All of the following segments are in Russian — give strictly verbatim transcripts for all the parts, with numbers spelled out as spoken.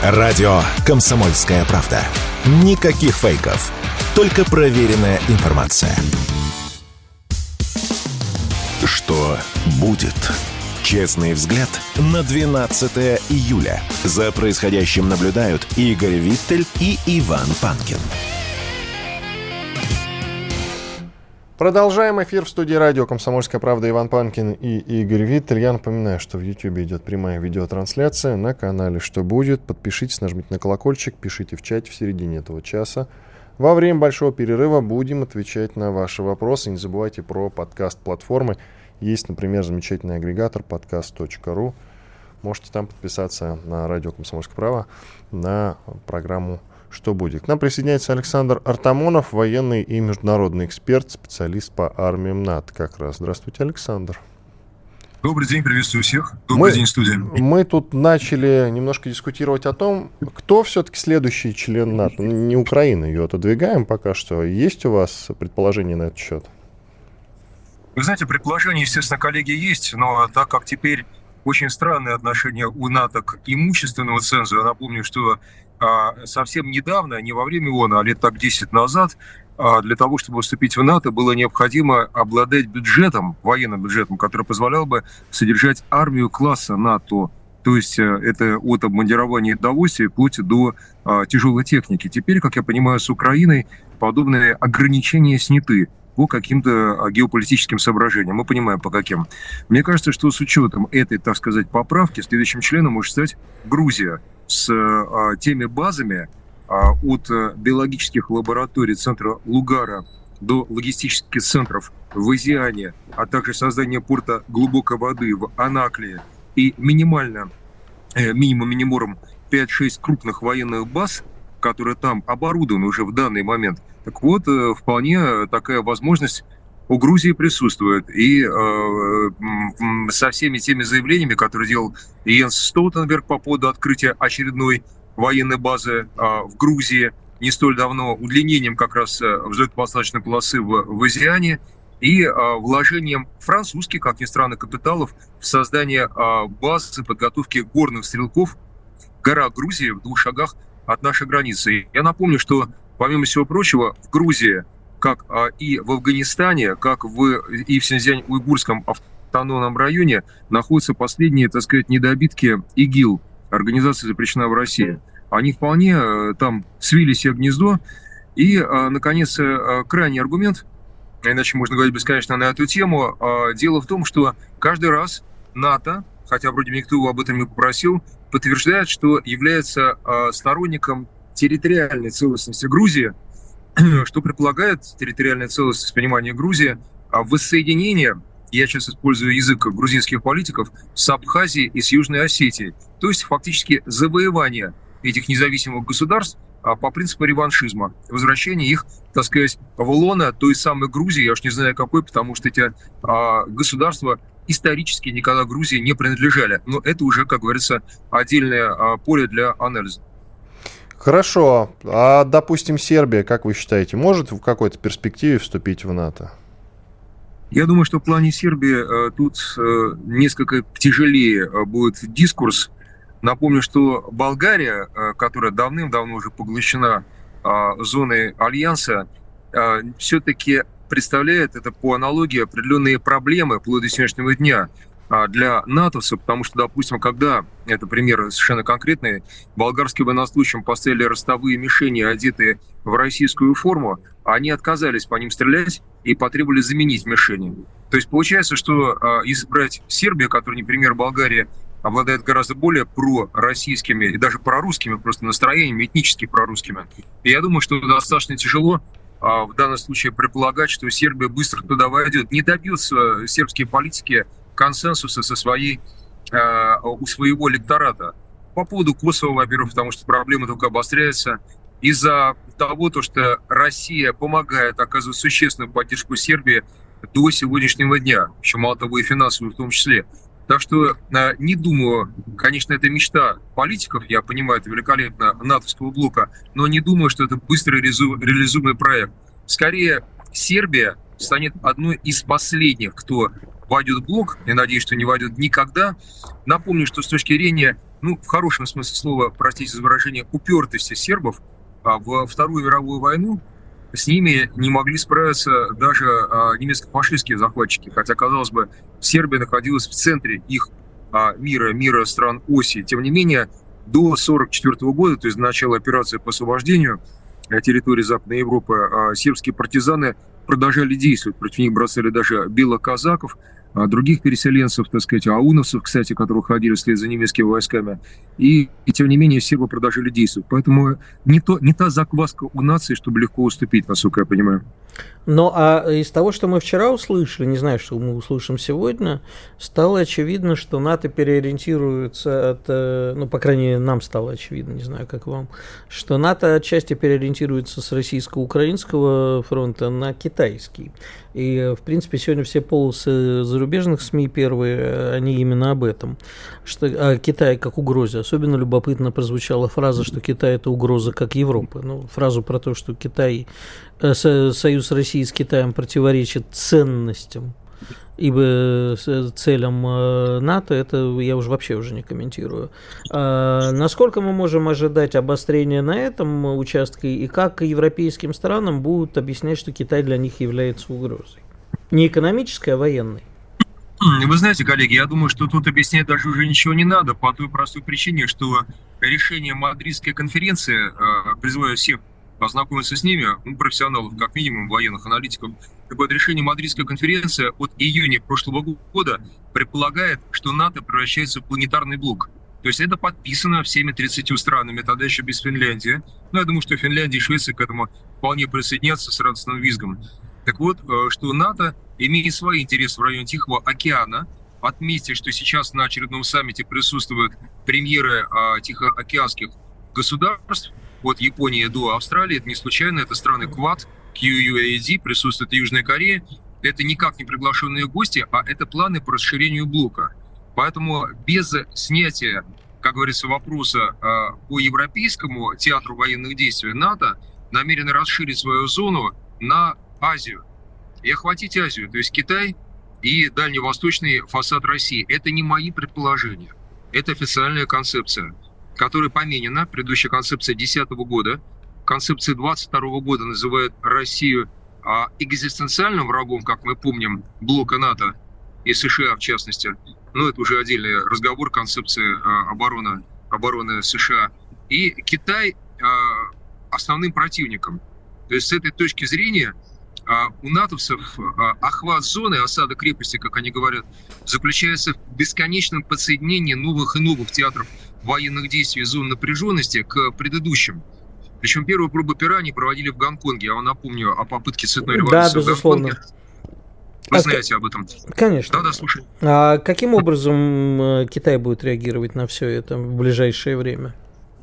Радио «Комсомольская правда». Никаких фейков. Только проверенная информация. Что будет? Честный взгляд на двенадцатое июля. За происходящим наблюдают Игорь Виттель и Иван Панкин. Продолжаем эфир в студии радио «Комсомольская правда». Иван Панкин и Игорь Виттель. Я напоминаю, что в YouTube идет прямая видеотрансляция на канале «Что будет?». Подпишитесь, нажмите на колокольчик, пишите в чате в середине этого часа. Во время большого перерыва будем отвечать на ваши вопросы. Не забывайте про подкаст-платформы. Есть, например, замечательный агрегатор подкаст точка ру. Можете там подписаться на радио «Комсомольская правда» на программу «Что будет?». К нам присоединяется Александр Артамонов, военный и международный эксперт, специалист по армиям НАТО как раз. Здравствуйте, Александр. Добрый день, приветствую всех. Добрый мы, день, студия. Мы тут начали немножко дискутировать о том, кто все-таки следующий член НАТО. Не Украина, ее отодвигаем пока что. Есть у вас предположение на этот счет? Вы знаете, предположения, естественно, коллеги, есть, но так как теперь очень странные отношения у НАТО к имущественному цензу, я напомню, что а, совсем недавно, не во время ООН, а лет так десять назад, а, для того, чтобы вступить в НАТО, было необходимо обладать бюджетом, военным бюджетом, который позволял бы содержать армию класса НАТО. То есть это от обмундирования и довольствия вплоть до а, тяжелой техники. Теперь, как я понимаю, с Украиной подобные ограничения сняты по каким-то геополитическим соображениям. Мы понимаем, по каким. Мне кажется, что с учетом этой, так сказать, поправки, следующим членом может стать Грузия с а, теми базами а, от биологических лабораторий центра Лугара до логистических центров в Изиане, а также создание порта глубокой воды в Анаклии и минимально, э, минимум-минимумом пять-шесть крупных военных баз, которые там оборудованы уже в данный момент. Так вот, вполне такая возможность у Грузии присутствует. И э, со всеми теми заявлениями, которые делал Йенс Столтенберг по поводу открытия очередной военной базы э, в Грузии, не столь давно, удлинением как раз взлетно-посадочной полосы в, в Изиане и э, вложением французских, как ни странно, капиталов в создание э, базы подготовки горных стрелков в горах Грузии в двух шагах от нашей границы. Я напомню, что, помимо всего прочего, в Грузии, как а, и в Афганистане, как в, и в Синьцзянь-Уйгурском автономном районе, находятся последние, так сказать, недобитки ИГИЛ, организация запрещена в России. Они вполне а, там свили себе гнездо. И, а, наконец, а, крайний аргумент, иначе можно говорить бесконечно на эту тему, а, дело в том, что каждый раз НАТО, хотя вроде никто об этом не попросил, подтверждает, что является э, сторонником территориальной целостности Грузии, что предполагает территориальная целостность понимания Грузии, а воссоединение, я сейчас использую язык грузинских политиков, с Абхазией и с Южной Осетией. То есть фактически завоевание этих независимых государств а, по принципу реваншизма, возвращение их, так сказать, в лоно той самой Грузии, я уж не знаю какой, потому что эти а, государства исторически никогда Грузии не принадлежали. Но это уже, как говорится, отдельное а, поле для анализа. Хорошо. А, допустим, Сербия, как вы считаете, может в какой-то перспективе вступить в НАТО? Я думаю, что в плане Сербии а, тут а, несколько тяжелее а, будет дискурс. Напомню, что Болгария, а, которая давным-давно уже поглощена а, зоной Альянса, а, все-таки представляет это по аналогии определенные проблемы вплоть до сегодняшнего дня для натовцев, потому что, допустим, когда, это пример совершенно конкретный, болгарским военнослужащим поставили ростовые мишени, одетые в российскую форму, они отказались по ним стрелять и потребовали заменить мишени. То есть получается, что если брать Сербию, которая, например, Болгария, обладает гораздо более пророссийскими и даже прорусскими просто настроениями, этнически прорусскими, и я думаю, что достаточно тяжело в данном случае предполагать, что Сербия быстро туда войдет. Не добьются сербские политики консенсуса со своей, э, у своего электората. По поводу Косово, во-первых, потому что проблема только обостряется. Из-за того, то, что Россия помогает, оказывает существенную поддержку Сербии до сегодняшнего дня. Еще мало того, и финансовую в том числе. Так что э, не думаю, конечно, это мечта политиков, я понимаю, это великолепно, натовского блока, но не думаю, что это быстро реализуемый проект. Скорее, Сербия станет одной из последних, кто войдет в блок, я надеюсь, что не войдет никогда. Напомню, что с точки зрения, ну, в хорошем смысле слова, простите за выражение, упертости сербов, во Вторую мировую войну с ними не могли справиться даже немецко-фашистские захватчики, хотя, казалось бы, Сербия находилась в центре их мира, мира стран оси. Тем не менее, до сорок четвёртого года, то есть до начала операции по освобождению территории Западной Европы, сербские партизаны продолжали действовать. Против них бросали даже белоказаков, других переселенцев, так сказать, ауновцев, кстати, которые ходили вслед за немецкими войсками. И, и тем не менее сербы продолжали действовать. Поэтому не, то, не та закваска у нации, чтобы легко уступить, насколько я понимаю. Ну, а из того, что мы вчера услышали, не знаю, что мы услышим сегодня, стало очевидно, что НАТО переориентируется от, ну, по крайней мере, нам стало очевидно, не знаю, как вам, что НАТО отчасти переориентируется с российско-украинского фронта на китайский. И, в принципе, сегодня все полосы зарубежных СМИ первые, они именно об этом. Что, о Китае как угрозе. Особенно любопытно прозвучала фраза, что Китай – это угроза как Европы. Ну, фразу про то, что Китай, э, союз России с Китаем противоречит ценностям, ибо целям НАТО, это я уже вообще уже не комментирую. А насколько мы можем ожидать обострения на этом участке, и как европейским странам будут объяснять, что Китай для них является угрозой? Не экономической, а военной. Вы знаете, коллеги, я думаю, что тут объяснять даже уже ничего не надо, по той простой причине, что решение Мадридской конференции, призываю всех познакомиться с ними, ну, профессионалов, как минимум, военных аналитиков. Так вот, решение Мадридской конференции от июня прошлого года предполагает, что НАТО превращается в планетарный блок. То есть это подписано всеми тридцатью странами, тогда еще без Финляндии. Но я думаю, что Финляндия и Швеция к этому вполне присоединятся с радостным визгом. Так вот, что НАТО имеет свои интересы в районе Тихого океана. Отметьте, что сейчас на очередном саммите присутствуют премьеры тихоокеанских государств, от Японии до Австралии. Это не случайно, это страны Квад, кью ю эй ди, присутствует и Южная Корея. Это никак не приглашенные гости, а это планы по расширению блока. Поэтому без снятия, как говорится, вопроса по европейскому театру военных действий, НАТО намерено расширить свою зону на Азию и охватить Азию, то есть Китай и дальневосточный фасад России. Это не мои предположения, это официальная концепция, которая поменена. Предыдущая концепция две тысячи десятого года, концепция две тысячи двадцать второго года называет Россию а, экзистенциальным врагом, как мы помним, блока НАТО и США в частности. Но это уже отдельный разговор, концепции а, обороны, обороны США. И Китай а, основным противником. То есть с этой точки зрения а, у натовцев а, охват зоны, осада крепости, как они говорят, заключается в бесконечном подсоединении новых и новых театров военных действий, зон напряженности к предыдущим. Причем первую пробу пера они проводили в Гонконге. Я вам напомню о попытке цветной революции, да, безусловно, в Гонконге. Вы а знаете об этом? Конечно. Да, да, слушай. А каким образом Китай будет реагировать на все это в ближайшее время?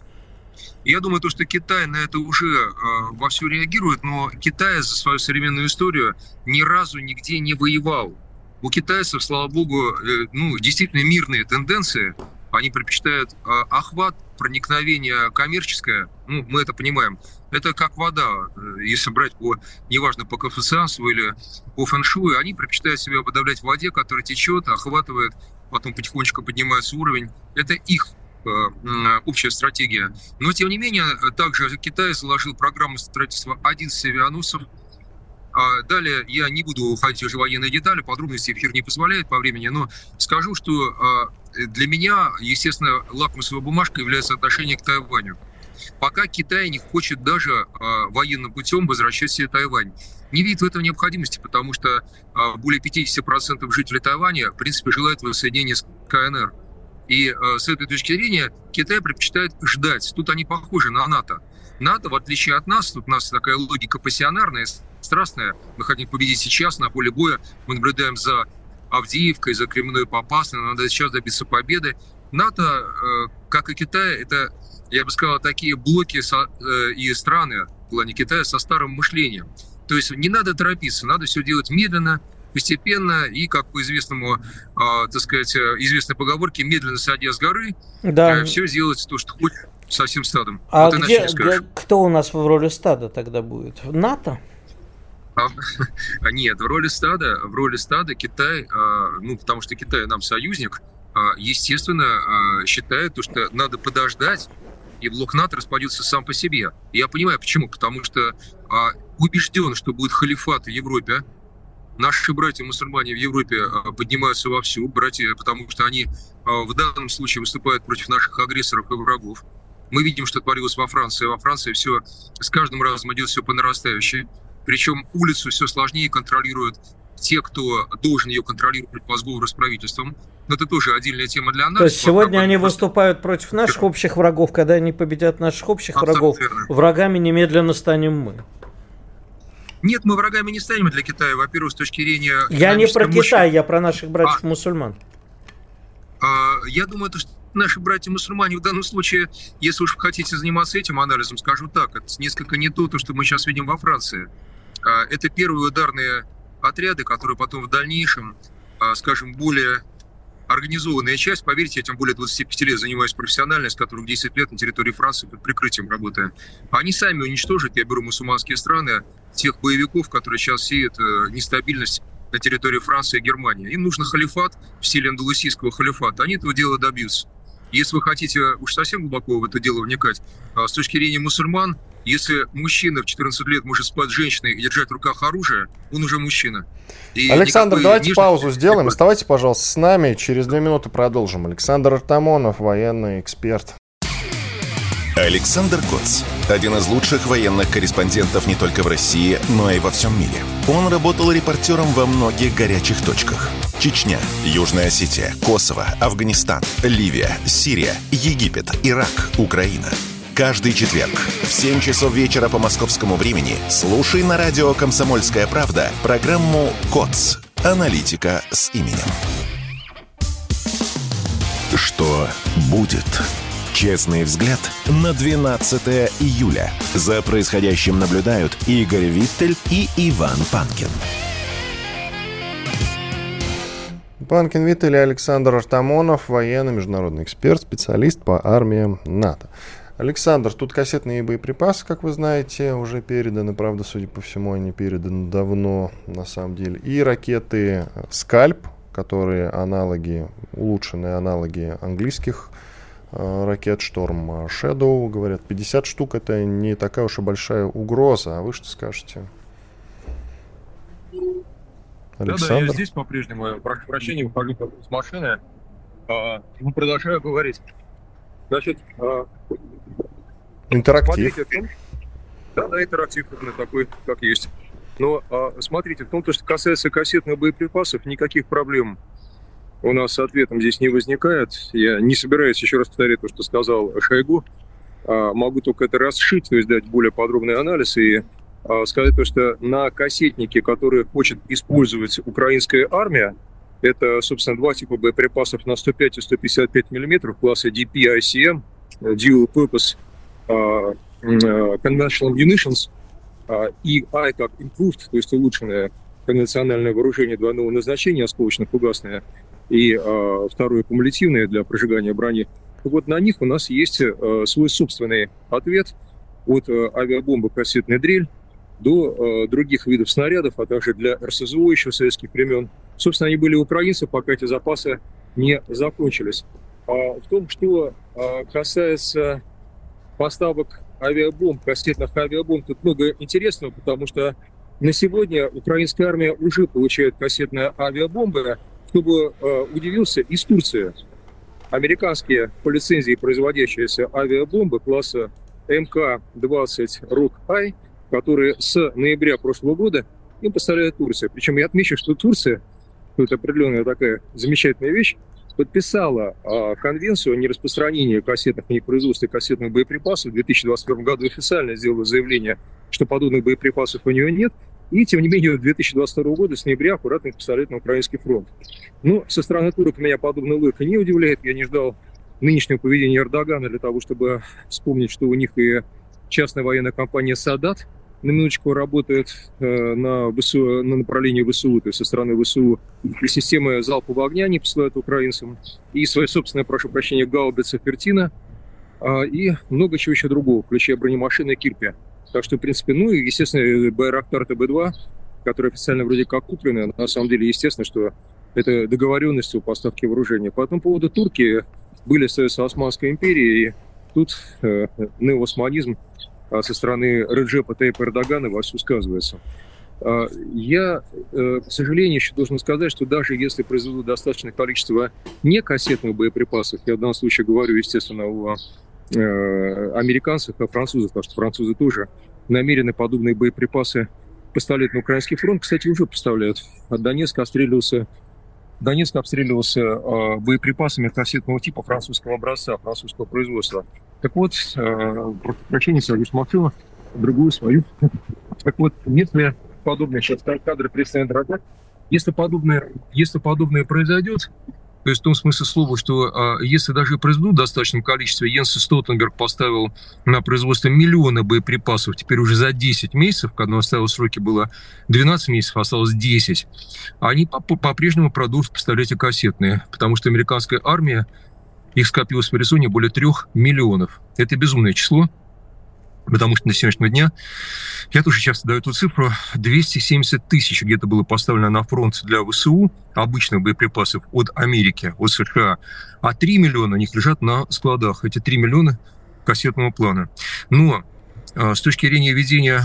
Я думаю, то, что Китай на это уже э, вовсю реагирует, но Китай за свою современную историю ни разу нигде не воевал. У китайцев, слава богу, э, ну, действительно мирные тенденции. Они предпочитают э, охват, проникновение коммерческое, ну, мы это понимаем. Это как вода, э, если брать по, неважно, по конфуцианству или по фэншую, они предпочитают себя подавлять в воде, которая течет, охватывает, потом потихонечку поднимается уровень. Это их э, общая стратегия. Но, тем не менее, также Китай заложил программу строительства одиннадцати авианосцев. Далее я не буду уходить уже в военные детали, подробности эфир не позволяет по времени, но скажу, что для меня, естественно, лакмусовой бумажкой является отношение к Тайваню. Пока Китай не хочет даже военным путем возвращать себе Тайвань. Не видит в этом необходимости, потому что более пятьдесят процентов жителей Тайваня, в принципе, желают воссоединения с ка эн эр. И с этой точки зрения Китай предпочитает ждать. Тут они похожи на НАТО. НАТО, в отличие от нас, тут у нас такая логика пассионарная, страстная. Мы хотим победить сейчас на поле боя. Мы наблюдаем за Авдеевкой, за Кремной Попасной. Надо сейчас добиться победы. НАТО, как и Китай, это, я бы сказал, такие блоки и страны в плане Китая со старым мышлением. То есть не надо торопиться, надо все делать медленно, постепенно и, как по известному, так сказать, известной поговорке, медленно садя с горы, да. Все сделать то, что хочешь, со всем стадом. А вот где, где, кто у нас в роли стада тогда будет? НАТО? А, нет, в роли стада, в роли стада Китай, а, ну, потому что Китай нам союзник, а, естественно, а, считает, что надо подождать, и блок НАТО распадется сам по себе. И я понимаю, почему. Потому что а, убежден, что будет халифат в Европе. Наши братья-мусульмане в Европе а, поднимаются вовсю, братья, потому что они а, в данном случае выступают против наших агрессоров и врагов. Мы видим, что творилось во Франции. Во Франции все с каждым разом идет все по нарастающей. Причем улицу все сложнее контролируют те, кто должен ее контролировать по сговору с правительством. Но это тоже отдельная тема для нас. То есть сегодня они выступают против наших общих врагов. Когда они победят наших общих Абсолютно врагов, верно. Врагами немедленно станем мы. Нет, мы врагами не станем для Китая. Во-первых, с точки зрения... Я не про мощи... Китай, я про наших братьев-мусульман. А, а, я думаю, что наши братья-мусульмане в данном случае, если уж вы хотите заниматься этим анализом, скажу так, это несколько не то, то, что мы сейчас видим во Франции. А, это первые ударные отряды, которые потом в дальнейшем, а, скажем, более... организованная часть, поверьте, я тем более двадцать пять лет занимаюсь профессионально, с которых десять лет на территории Франции под прикрытием работаю. Они сами уничтожат, я беру мусульманские страны, тех боевиков, которые сейчас сеют э, нестабильность на территории Франции и Германии. Им нужен халифат в стиле андалусийского халифата. Они этого дела добьются. Если вы хотите уж совсем глубоко в это дело вникать, э, с точки зрения мусульман, если мужчина в четырнадцать лет может спать с женщиной и держать в руках оружие, он уже мужчина. И Александр, давайте нежности... паузу сделаем. Оставайтесь, пожалуйста, с нами. Через две минуты продолжим. Александр Артамонов, военный эксперт. Александр Коц. Один из лучших военных корреспондентов не только в России, но и во всем мире. Он работал репортером во многих горячих точках. Чечня, Южная Осетия, Косово, Афганистан, Ливия, Сирия, Египет, Ирак, Украина. Каждый четверг в семь часов вечера по московскому времени слушай на радио «Комсомольская правда» программу «КОЦ. Аналитика с именем». Что будет? Честный взгляд на двенадцатое июля. За происходящим наблюдают Игорь Виттель и Иван Панкин. Панкин, Виттель и Александр Артамонов, военный международный эксперт, специалист по армиям НАТО. Александр, тут кассетные боеприпасы, как вы знаете, уже переданы. Правда, судя по всему, они переданы давно, на самом деле. И ракеты «Скальп», которые аналоги, улучшенные аналоги английских э, ракет «Шторм Shadow». Говорят, пятьдесят штук — это не такая уж и большая угроза. А вы что скажете? Александр? Да, да, я здесь по-прежнему. Прошу прощения, выхожу с машины. А, продолжаю говорить. Значит, интерактив. Смотрите, да, да, интерактив именно такой, как есть. Но а, смотрите, в том, что касается кассетных боеприпасов, никаких проблем у нас с ответом здесь не возникает. Я не собираюсь еще раз повторять то, что сказал Шойгу. А, могу только это расшить, то есть дать более подробный анализ и а, сказать то, что на кассетнике, которые хочет использовать украинская армия, это, собственно, два типа боеприпасов на сто пять и сто пятьдесят пять миллиметров класса ди пи ай си эм, Dual Purpose uh, uh, Conventional Munitions, uh, и I как Improved, то есть улучшенное конвенциональное вооружение двойного назначения, осколочно-фугасное, и uh, второе кумулятивное для прожигания брони. Вот на них у нас есть uh, свой собственный ответ от uh, авиабомбы «Кассетная дрель» до э, других видов снарядов, а также для эр эс зэ о еще советских времен. Собственно, они были у украинцев, пока эти запасы не закончились. А в том, что э, касается поставок авиабомб, кассетных авиабомб, тут много интересного, потому что на сегодня украинская армия уже получает кассетные авиабомбы. Кто бы э, удивился, из Турции. Американские по лицензии производящиеся авиабомбы класса эм ка двадцать Rock-I, которые с ноября прошлого года им поставляет Турция. Причем я отмечу, что Турция, это определенная такая замечательная вещь, подписала а, конвенцию о нераспространении кассетных и производстве кассетных боеприпасов. В две тысячи двадцать первом году официально сделала заявление, что подобных боеприпасов у нее нет. И, тем не менее, в две тысячи двадцать второго года с ноября аккуратно их поставляет на украинский фронт. Но со стороны турок меня подобная логика не удивляет. Я не ждал нынешнего поведения Эрдогана для того, чтобы вспомнить, что у них и частная военная компания «Садат» на минуточку работает э, на, ВСУ, на направлении ВСУ, то есть со стороны ВСУ, и системы залпового огня они посылают украинцам, и свои собственные, прошу прощения, гаубицы «Фертина», э, и много чего еще другого, включая бронемашины «Кирпи». Так что, в принципе, ну и, естественно, «Байрактар» Тэ Бэ два, которые официально вроде как куплены, а на самом деле, естественно, что это договоренность о поставке вооружения. По этому поводу турки были с Османской империей, и тут э, неоосманизм э, со стороны Реджепа Тайипа Эрдогана вовсю сказывается. Э, я, э, к сожалению, еще должен сказать, что даже если произведут достаточное количество некассетных боеприпасов, я в данном случае говорю, естественно, о э, американцах, о французах, потому что французы тоже намерены подобные боеприпасы поставлять на украинский фронт. Кстати, уже поставляют. От Донецка обстреливался Донецк обстреливался э, боеприпасами кассетного типа французского образца, французского производства. Так вот, э, прошу прощения, сажусь в машину, другую свою. Так вот, если подобное, сейчас кадры представят дрожат, если подобное, если подобное произойдет, то есть в том смысле слова, что э, если даже и произведут в достаточном количестве, Йенс Столтенберг поставил на производство миллионы боеприпасов, теперь уже за десять месяцев, когда он оставил сроки, было двенадцать месяцев, осталось десять, они по-прежнему продолжат поставлять и кассетные, потому что американская армия, их скопилось в Аризоне более трех миллионов. Это безумное число. Потому что на сегодняшнего дня, я тоже часто даю эту цифру, двести семьдесят тысяч где-то было поставлено на фронт для ВСУ, обычных боеприпасов от Америки, от США, а три миллиона у них лежат на складах. Эти три миллиона кассетного плана. Но с точки зрения ведения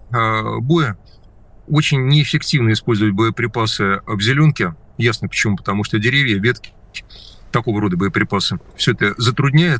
боя, очень неэффективно использовать боеприпасы в зеленке. Ясно почему, потому что деревья, ветки, такого рода боеприпасы. Все это затрудняет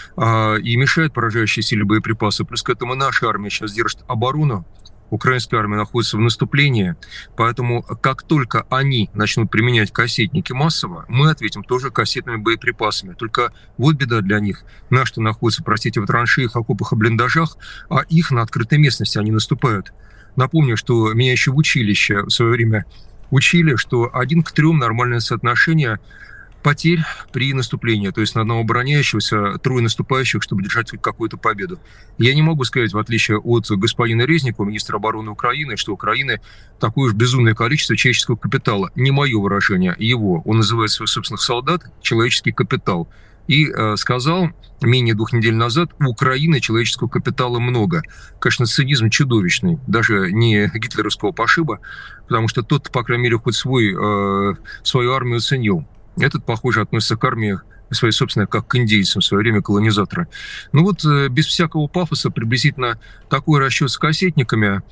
а, и мешает поражающей силе боеприпасов. Плюс к этому наша армия сейчас держит оборону. Украинская армия находится в наступлении. Поэтому как только они начнут применять кассетники массово, мы ответим тоже кассетными боеприпасами. Только вот беда для них. Наши находятся, простите, в траншеях, окопах и блиндажах, а их на открытой местности они наступают. Напомню, что меня еще в училище в свое время учили, что один к трем нормальное соотношение потерь при наступлении, то есть на одного обороняющегося трое наступающих, чтобы держать какую-то победу. Я не могу сказать, в отличие от господина Резникова, министра обороны Украины, что у Украины такое уж безумное количество человеческого капитала. Не мое выражение, его. Он называет своих собственных солдат человеческий капитал. И э, сказал менее двух недель назад, у Украины человеческого капитала много. Конечно, цинизм чудовищный, даже не гитлеровского пошиба, потому что тот, по крайней мере, хоть свой, э, свою армию ценил. Этот, похоже, относится к армии своей собственной, как к индейцам в свое время колонизатора. Ну вот, без всякого пафоса, приблизительно такой расчет с кассетниками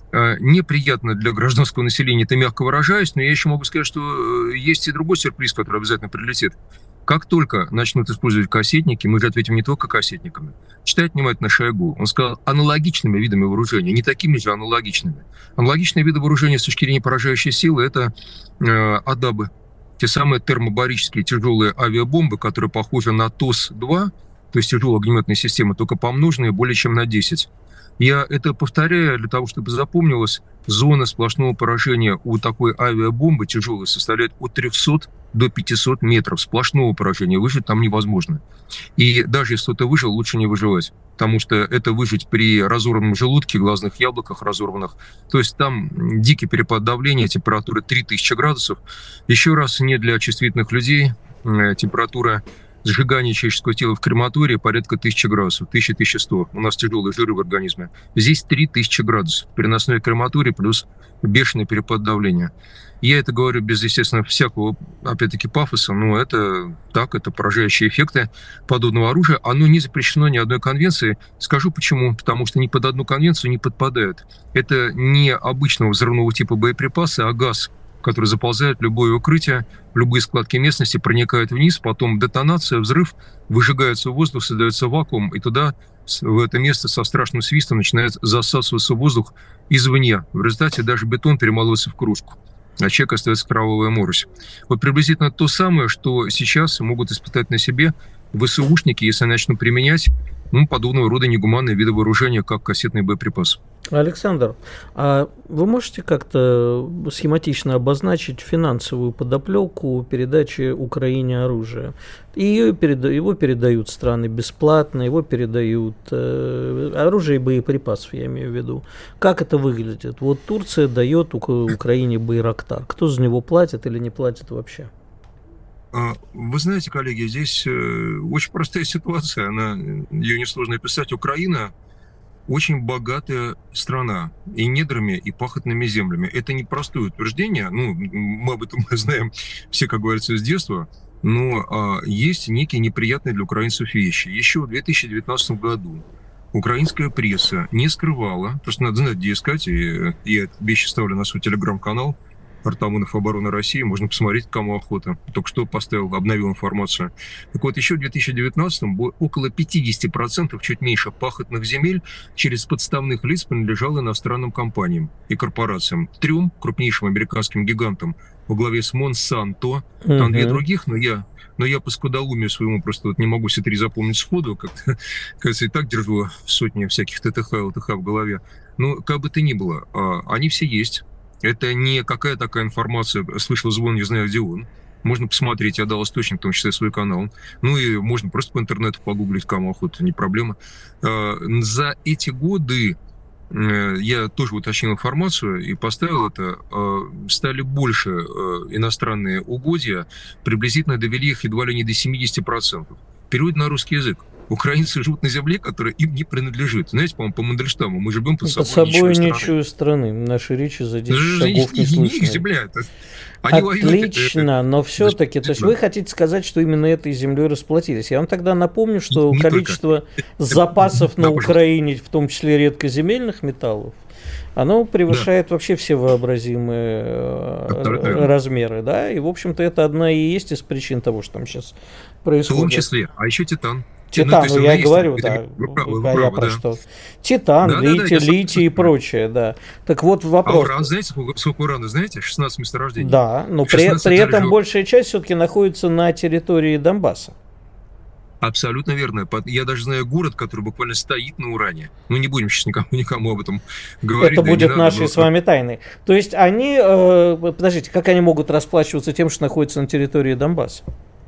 неприятно для гражданского населения, это мягко выражаюсь, но я еще могу сказать, что есть и другой сюрприз, который обязательно прилетит. Как только начнут использовать кассетники, мы же ответим не только кассетниками. Читайте внимательно Шойгу. Он сказал аналогичными видами вооружения, не такими же аналогичными. Аналогичные виды вооружения с точки зрения поражающей силы – это э, адабы. Те самые термобарические тяжелые авиабомбы, которые похожи на ТОС два, то есть тяжелая огнеметная система, только помноженные более чем на десять. Я это повторяю для того, чтобы запомнилось, зона сплошного поражения у такой авиабомбы тяжелой составляет от трехсот до пятисот метров. Сплошного поражения выжить там невозможно. И даже если кто-то выжил, лучше не выживать. Потому что это выжить при разорванном желудке, глазных яблоках разорванных. То есть там дикий перепад давления, температура три тысячи градусов. Еще раз, не для чувствительных людей, температура сжигания человеческого тела в крематории порядка тысячи градусов, тысяча - тысяча сто. У нас тяжелые жиры в организме. Здесь три тысячи градусов. Переносной крематорий плюс бешеный перепад давления. Я это говорю без, естественно, всякого, опять-таки, пафоса, но это так, это поражающие эффекты подобного оружия. Оно не запрещено ни одной конвенцией. Скажу почему. Потому что ни под одну конвенцию не подпадает. Это не обычного взрывного типа боеприпаса, а газ, который заползает в любое укрытие, в любые складки местности, проникает вниз, потом детонация, взрыв, выжигается воздух, создается вакуум, и туда, в это место со страшным свистом начинает засасываться воздух извне. В результате даже бетон перемалывается в кружку, а человек остается кровавая морось. Вот приблизительно то самое, что сейчас могут испытать на себе ВСУшники, если начнут применять ну, подобного рода негуманные виды вооружения, как кассетный боеприпас. Александр, а вы можете как-то схематично обозначить финансовую подоплеку передачи Украине оружия? Ее переда- его передают страны бесплатно, его передают э, оружие и боеприпасов, я имею в виду. Как это выглядит? Вот Турция дает Украине Байрактар. Кто за него платит или не платит вообще? Вы знаете, коллеги, здесь очень простая ситуация, она, ее несложно описать. Украина очень богатая страна и недрами, и пахотными землями. Это не простое утверждение, ну, мы об этом знаем все, как говорится, с детства, но а, есть некие неприятные для украинцев вещи. Еще в две тысячи девятнадцатом году украинская пресса не скрывала, просто надо знать, где искать, и я вещи ставлю на свой телеграм-канал, Артамонов обороны России, можно посмотреть, кому охота. Только что поставил, обновил информацию. Так вот, еще в две тысячи девятнадцатом около пятьдесят процентов, чуть меньше, пахотных земель через подставных лиц принадлежало иностранным компаниям и корпорациям. Трем крупнейшим американским гигантам во главе с Монсанто, там uh-huh. две других, но я, но я по скудоумию своему просто вот не могу все три запомнить сходу, как-то, кажется, и так держу сотни всяких ТТХ и ЛТХ в голове. Но как бы то ни было, они все есть. Это не какая такая информация, слышал звон, не знаю, где он. Можно посмотреть, я дал источник, в том числе свой канал. Ну и можно просто по интернету погуглить, кому охота, не проблема. За эти годы я тоже уточнил информацию и поставил это, стали больше иностранные угодья, приблизительно довели их едва ли не до семьдесят процентов. Перевод на русский язык. Украинцы живут на земле, которая им не принадлежит. Знаете, по-моему, по Мандельштаму мы живем под собой, под собой ничего ничего страны. Наши речи за десять шагов не слышны. Не их земля. Это... Они Отлично, воюют, но все-таки, то есть вы хотите сказать, что именно этой землей расплатились. Я вам тогда напомню, что не количество только. запасов на Украине, в том числе редкоземельных металлов, оно превышает да. вообще все вообразимые Абсолютно. размеры, да, и, в общем-то, это одна и есть из причин того, что там сейчас происходит. В том числе, а еще титан. Титан, ну, ну я говорю, есть, да, вы правы, вы а правы, я да. про что? Титан, да, литий, да, да, литий и прочее, да. Так вот вопрос. А уран, знаете, сколько урана, знаете? шестнадцать месторождений. Да, но при, при этом жил. большая часть все-таки находится на территории Донбасса. Абсолютно верно. Я даже знаю город, который буквально стоит на уране. Ну, не будем сейчас никому, никому об этом говорить. Это да будет нашей но... с вами тайной. То есть они, э, подождите, как они могут расплачиваться тем, что находится на территории Донбасса?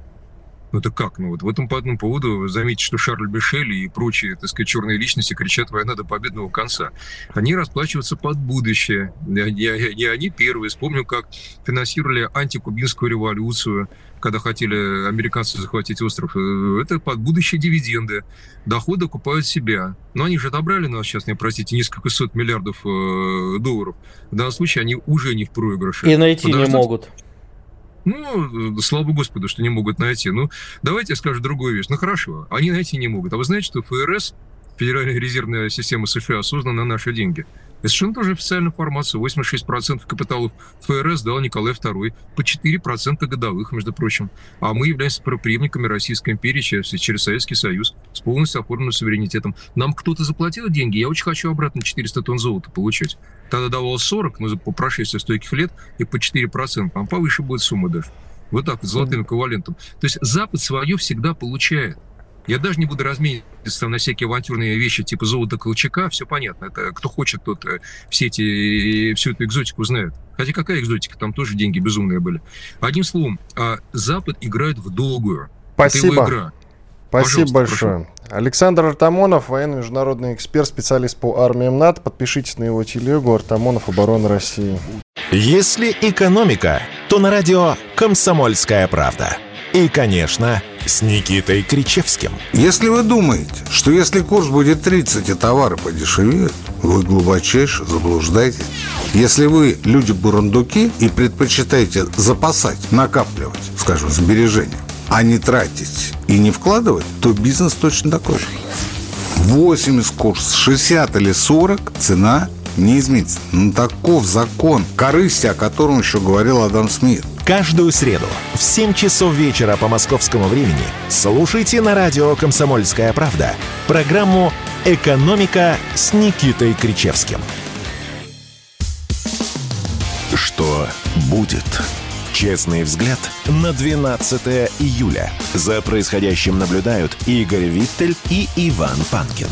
Ну это как? Ну вот в этом по одному поводу заметьте, что Шарль Мишель и прочие, так сказать, черные личности кричат «война до победного конца». Они расплачиваются под будущее. Не, не, не они первые. Вспомню, как финансировали антикубинскую революцию, когда хотели американцы захватить остров. Это под будущие дивиденды. Доходы окупают себя. Но они же отобрали нас сейчас, не простите, несколько сот миллиардов э, долларов. В данном случае они уже не в проигрыше. И найти Подождите. не могут. Ну, слава Господу, что не могут найти. Ну, давайте я скажу другую вещь. Ну, хорошо, они найти не могут. А вы знаете, что ФРС, Федеральная резервная система США, создана на наши деньги? Это совершенно тоже официальная информация. восемьдесят шесть процентов капиталов ФРС дал Николай второй, по четыре процента годовых, между прочим. А мы являемся правопреемниками Российской империи через, через Советский Союз с полностью оформленным суверенитетом. Нам кто-то заплатил деньги, я очень хочу обратно четыреста тонн золота получать. Тогда давал сорок, но по прошествии стольких лет и по четыре процента. Там повыше будет сумма даже. Вот так, вот, золотым эквивалентом. То есть Запад свое всегда получает. Я даже не буду размениваться на всякие авантюрные вещи типа золота Колчака, все понятно. Это кто хочет, тот все эти, всю эту экзотику знает. Хотя какая экзотика, там тоже деньги безумные были. Одним словом, Запад играет в долгую. Спасибо. Это его игра. Спасибо большое. Прошу. Александр Артамонов, военный международный эксперт, специалист по армиям НАТО. Подпишитесь на его телегу «Артамонов. Оборона России». Если экономика, то на радио «Комсомольская правда». И, конечно, с Никитой Кричевским. Если вы думаете, что если курс будет тридцать, и товары подешевеют, вы глубочайше заблуждаетесь. Если вы люди-бурундуки и предпочитаете запасать, накапливать, скажем, сбережения, а не тратить и не вкладывать, то бизнес точно такой же. восемьдесят курс, шестьдесят или сорок, цена не изменится. Ну, таков закон корысти, о котором еще говорил Адам Смит. Каждую среду в семь часов вечера по московскому времени слушайте на радио «Комсомольская правда» программу «Экономика» с Никитой Кричевским. Что будет? Честный взгляд на двенадцатое июля. За происходящим наблюдают Игорь Виттель и Иван Панкин.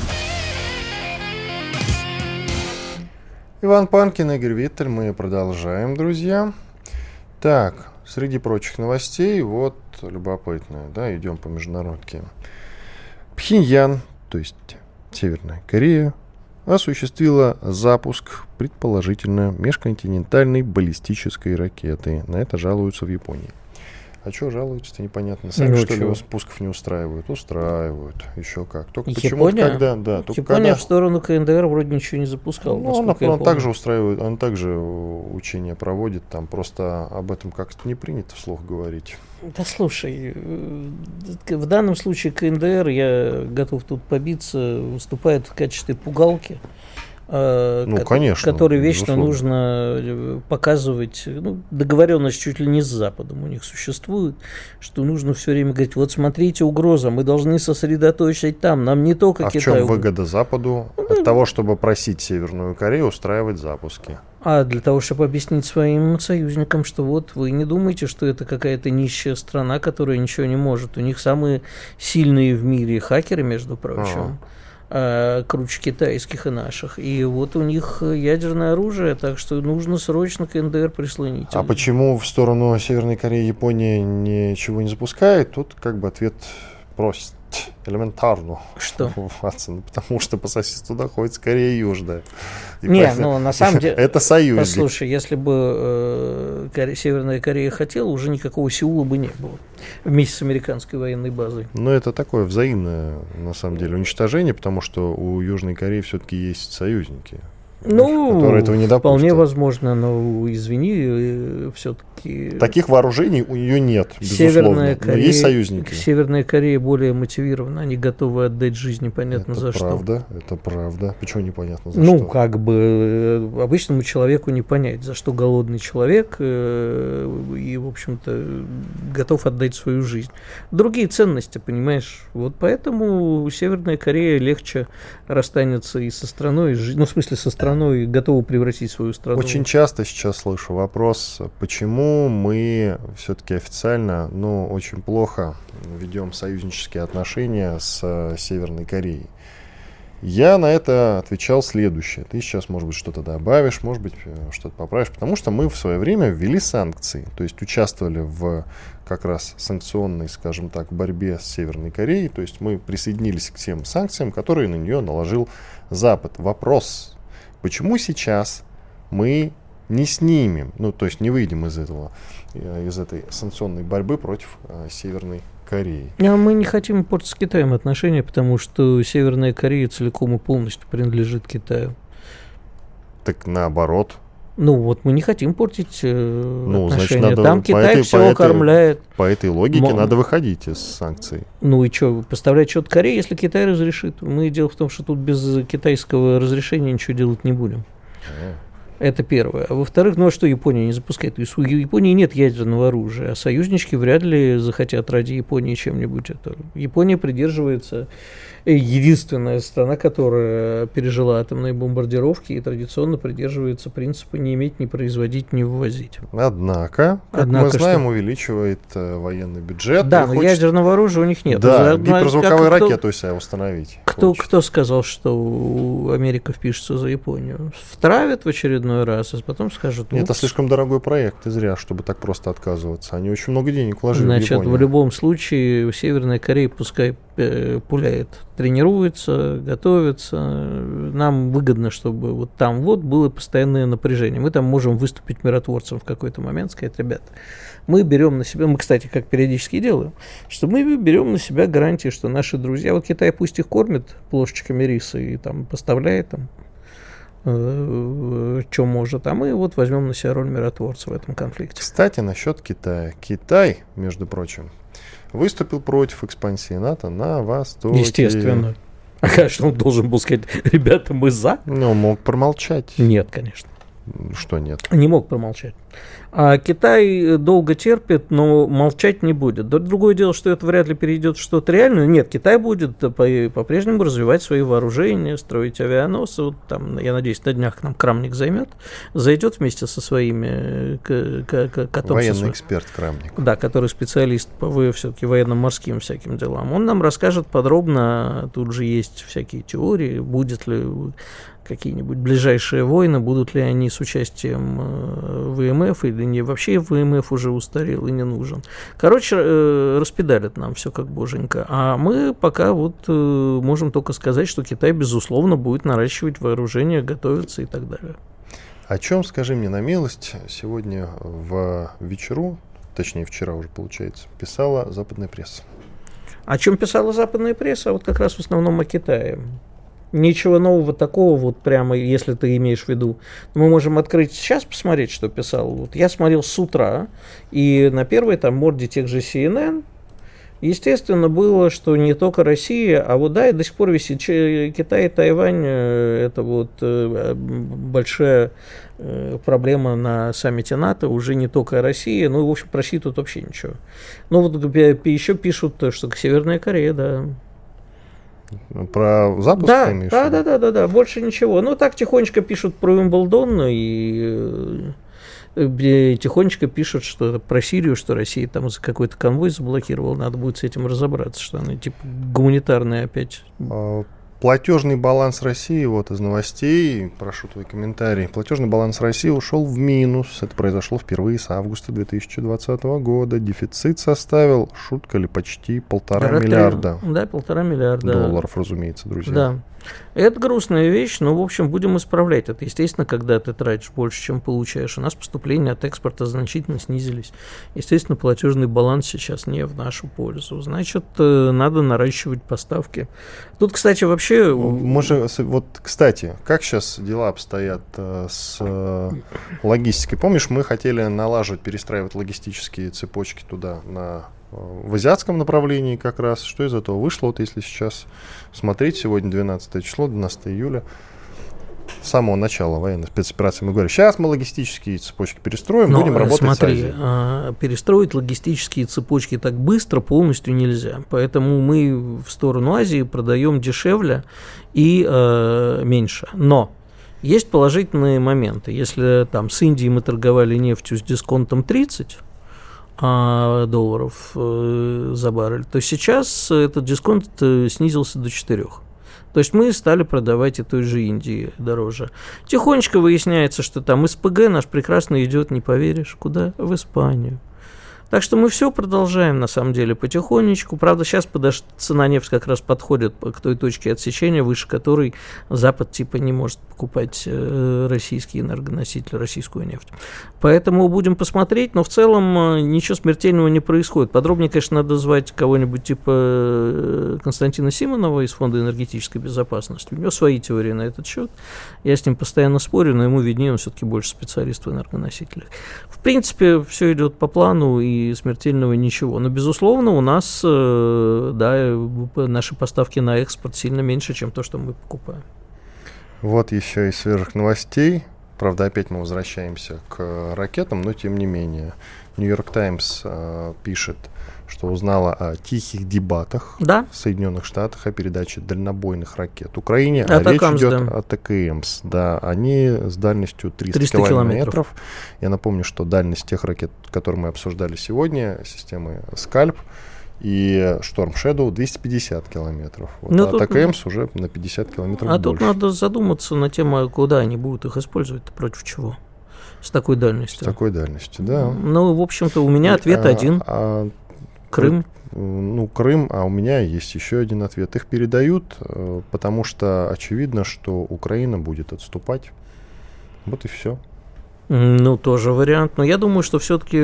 Иван Панкин, Игорь Виттель. Мы продолжаем, друзья. Так, среди прочих новостей, вот любопытное, да, идем по международке. Пхеньян, то есть Северная Корея, осуществила запуск, предположительно, межконтинентальной баллистической ракеты. На это жалуются в Японии. А что жалуются-то, непонятно. Сами, Ну, что чё? ли, спусков не устраивают? Устраивают. Еще как. Только Япония? почему-то когда... Да, только Япония когда... в сторону КНДР вроде ничего не запускала. Ну, он, насколько я он помню. также устраивает, он также учения проводит, там просто об этом как-то не принято вслух говорить. Да слушай, э, в данном случае КНДР, я готов тут побиться, выступает в качестве пугалки. э, Ну, ко- конечно, Который вечно безусловно. нужно э, показывать. Ну, договоренность чуть ли не с Западом у них существует, что нужно все время говорить: вот смотрите, угроза, мы должны сосредоточить там, нам не только А в Китай. чем угрожает». выгода Западу от того, чтобы просить Северную Корею устраивать запуски? А для того, чтобы объяснить своим союзникам, что вот вы не думаете, что это какая-то нищая страна, которая ничего не может. У них самые сильные в мире хакеры, между прочим, а, круче китайских и наших. И вот у них ядерное оружие, так что нужно срочно КНДР прислонить. А почему в сторону Северной Кореи Япония ничего не запускает? Тут как бы ответ прост. Элементарно. Что? Ватсон, потому что по соседству находится Корея Южная. И Не, поэтому- ну на самом деле... Это союзник. Послушай, если бы э, Коре- Северная Корея хотела, уже никакого Сеула бы не было. Вместе с американской военной базой. Но это такое взаимное, на самом деле, уничтожение, потому что у Южной Кореи все-таки есть союзники, Ну, которые этого не допустят. вполне возможно, но извини, все-таки... Таких вооружений у нее нет, Северная безусловно. Но есть Корея, союзники. Северная Корея более мотивирована, они готовы отдать жизнь непонятно Это за что. правда, это правда. Почему непонятно за Ну, что? как бы э, обычному человеку не понять, за что голодный человек э, и, в общем-то, готов отдать свою жизнь. Другие ценности, понимаешь? Вот поэтому Северная Корея легче расстанется и со страной, и с жи- ну, в смысле, со страной, и готова превратить свою страну. Очень часто сейчас слышу вопрос, почему мы все-таки официально, ну, очень плохо ведем союзнические отношения с э, Северной Кореей. Я на это отвечал следующее. Ты сейчас, может быть, что-то добавишь, может быть, э, что-то поправишь. Потому что мы в свое время ввели санкции. То есть участвовали в как раз санкционной, скажем так, борьбе с Северной Кореей. То есть мы присоединились к тем санкциям, которые на нее наложил Запад. Вопрос: почему сейчас мы не снимем, ну, то есть не выйдем из этого, э, из этой санкционной борьбы против э, Северной Кореи? А мы не хотим портить с Китаем отношения, потому что Северная Корея целиком и полностью принадлежит Китаю. Так наоборот. Ну вот мы не хотим портить э, Ну, значит, отношения. надо Там по Китай этой- все по этой- кормляет. По этой логике Мо- надо выходить из санкций. Ну и что, поставлять что-то Корее, если Китай разрешит? Мы дело в том, что тут без китайского разрешения ничего делать не будем. Это первое. А во-вторых, ну а что Япония не запускает? То есть у Японии нет ядерного оружия, а союзнички вряд ли захотят ради Японии чем-нибудь это. Япония придерживается, э, единственная страна, которая пережила атомные бомбардировки и традиционно придерживается принципа не иметь, не производить, не вывозить. Однако, как Однако мы знаем, что? увеличивает э, военный бюджет. Да, и но хочет- ядерного оружия у них нет. Да, Ну, гиперзвуковую как- кто- ракету себя установить. Кто, хочет. кто сказал, что Америка впишется за Японию? Втравят в очередной раз, а потом скажут: Нет, это «Упс». слишком дорогой проект, и зря, чтобы так просто отказываться. Они очень много денег вложили в Значит, Японию. в любом случае Северная Корея пускай э, пуляет, тренируется, готовится. Нам выгодно, чтобы вот там вот было постоянное напряжение. Мы там можем выступить миротворцем в какой-то момент, сказать: ребята, мы берем на себя, мы, кстати, как периодически делаем, что мы берем на себя гарантии, что наши друзья, вот Китай пусть их кормит плошечками риса и там поставляет там что может, а мы вот возьмем на себя роль миротворца в этом конфликте. Кстати, насчет Китая. Китай, между прочим, выступил против экспансии НАТО на Востоке. Естественно. А, конечно, он должен был сказать: ребята, мы за? Ну, мог промолчать. Нет, конечно. Что нет? Не мог промолчать. А Китай долго терпит, но молчать не будет. Да, другое дело, что это вряд ли перейдет в что-то реальное. Нет, Китай будет по- по-прежнему развивать свои вооружения, строить авианосцы. Вот там, я надеюсь, на днях к нам Крамник займет, зайдет вместе со своими к- к- к- котом. со Военный своим- эксперт Крамник. Да, который специалист по в- все-таки военно-морским всяким делам. Он нам расскажет подробно, тут же есть всякие теории, будет ли какие-нибудь ближайшие войны, будут ли они с участием э, ВМФ или не, вообще ВМФ уже устарел и не нужен. Короче, э, распедалят нам все как боженька. А мы пока вот э, можем только сказать, что Китай, безусловно, будет наращивать вооружение, готовиться и так далее. О чем, скажи мне на милость, сегодня в вечеру точнее вчера уже получается, писала западная пресса. О чем писала западная пресса? Вот как раз в основном о Китае. Ничего нового такого, вот прямо, если ты имеешь в виду. Мы можем открыть сейчас, посмотреть, что писал. Вот я смотрел с утра, и на первой там морде тех же си эн эн, естественно, было, что не только Россия, а вот да, и до сих пор висит Китай и Тайвань, это вот большая проблема на саммите НАТО, уже не только Россия, ну, в общем, про Россию тут вообще ничего. Ну, вот еще пишут, что Северная Корея, да. Про запуск? Да, да, да, да, да, да, больше ничего. Ну, так тихонечко пишут про Уимблдон, и тихонечко пишут, что про Сирию, что Россия там за какой-то конвой заблокировала, надо будет с этим разобраться, что она типа гуманитарная опять. Платежный баланс России, вот из новостей, прошу твой комментарий. Платежный баланс России ушел в минус. Это произошло впервые с августа две тысячи двадцатого года. Дефицит составил, шутка ли, почти полтора Ротель, миллиарда. Да, полтора миллиарда. Долларов, разумеется, друзья. Да. Это грустная вещь, но, в общем, будем исправлять это. Естественно, когда ты тратишь больше, чем получаешь. У нас поступления от экспорта значительно снизились. Естественно, платежный баланс сейчас не в нашу пользу. Значит, надо наращивать поставки. Тут, кстати, вообще... Может, вот, кстати, как сейчас дела обстоят с логистикой? Помнишь, мы хотели налаживать, перестраивать логистические цепочки туда, на... в азиатском направлении как раз. Что из этого вышло? Вот если сейчас смотреть, сегодня двенадцатое число, двенадцатое июля, с самого начала военной спецоперации мы говорим, сейчас мы логистические цепочки перестроим, Но, будем работать смотри, с Азией. А, перестроить логистические цепочки так быстро полностью нельзя. Поэтому мы в сторону Азии продаем дешевле и э, меньше. Но есть положительные моменты. Если там с Индией мы торговали нефтью с дисконтом тридцать долларов э, за баррель, то сейчас этот дисконт э, снизился до четырёх. То есть мы стали продавать и той же Индии дороже. Тихонечко выясняется, что там эс пэ гэ наш прекрасно идет, не поверишь, куда? В Испанию. Так что мы все продолжаем, на самом деле, потихонечку. Правда, сейчас подош... цена нефти как раз подходит к той точке отсечения, выше которой Запад типа не может покупать э, российские энергоносители, российскую нефть. Поэтому будем посмотреть, но в целом э, ничего смертельного не происходит. Подробнее, конечно, надо звать кого-нибудь типа э, Константина Симонова из Фонда энергетической безопасности. У него свои теории на этот счет. Я с ним постоянно спорю, но ему виднее, он все-таки больше специалист в энергоносителях. В принципе, все идет по плану, и смертельного ничего. Но, безусловно, у нас э, да, наши поставки на экспорт сильно меньше, чем то, что мы покупаем. Вот еще из свежих новостей. Правда, опять мы возвращаемся к ракетам, но тем не менее. Нью-Йорк Таймс э, пишет, что узнала о тихих дебатах да? в Соединенных Штатах о передаче дальнобойных ракет Украине. А речь идет да. о тэ ка эм эс. Да, они с дальностью триста километров. километров. Я напомню, что дальность тех ракет, которые мы обсуждали сегодня, системы Скальп и Шторм Шэдоу, двести пятьдесят километров. Вот, а тэ ка эм эс уже на пятьдесят километров а больше. А тут надо задуматься на тему, куда они будут их использовать, против чего. С такой дальностью. С такой дальностью, да. Ну, в общем-то, у меня ответ а, один. А, Крым. Ну, Крым, а у меня есть еще один ответ. Их передают, потому что очевидно, что Украина будет отступать. Вот и все. Ну, тоже вариант. Но я думаю, что все-таки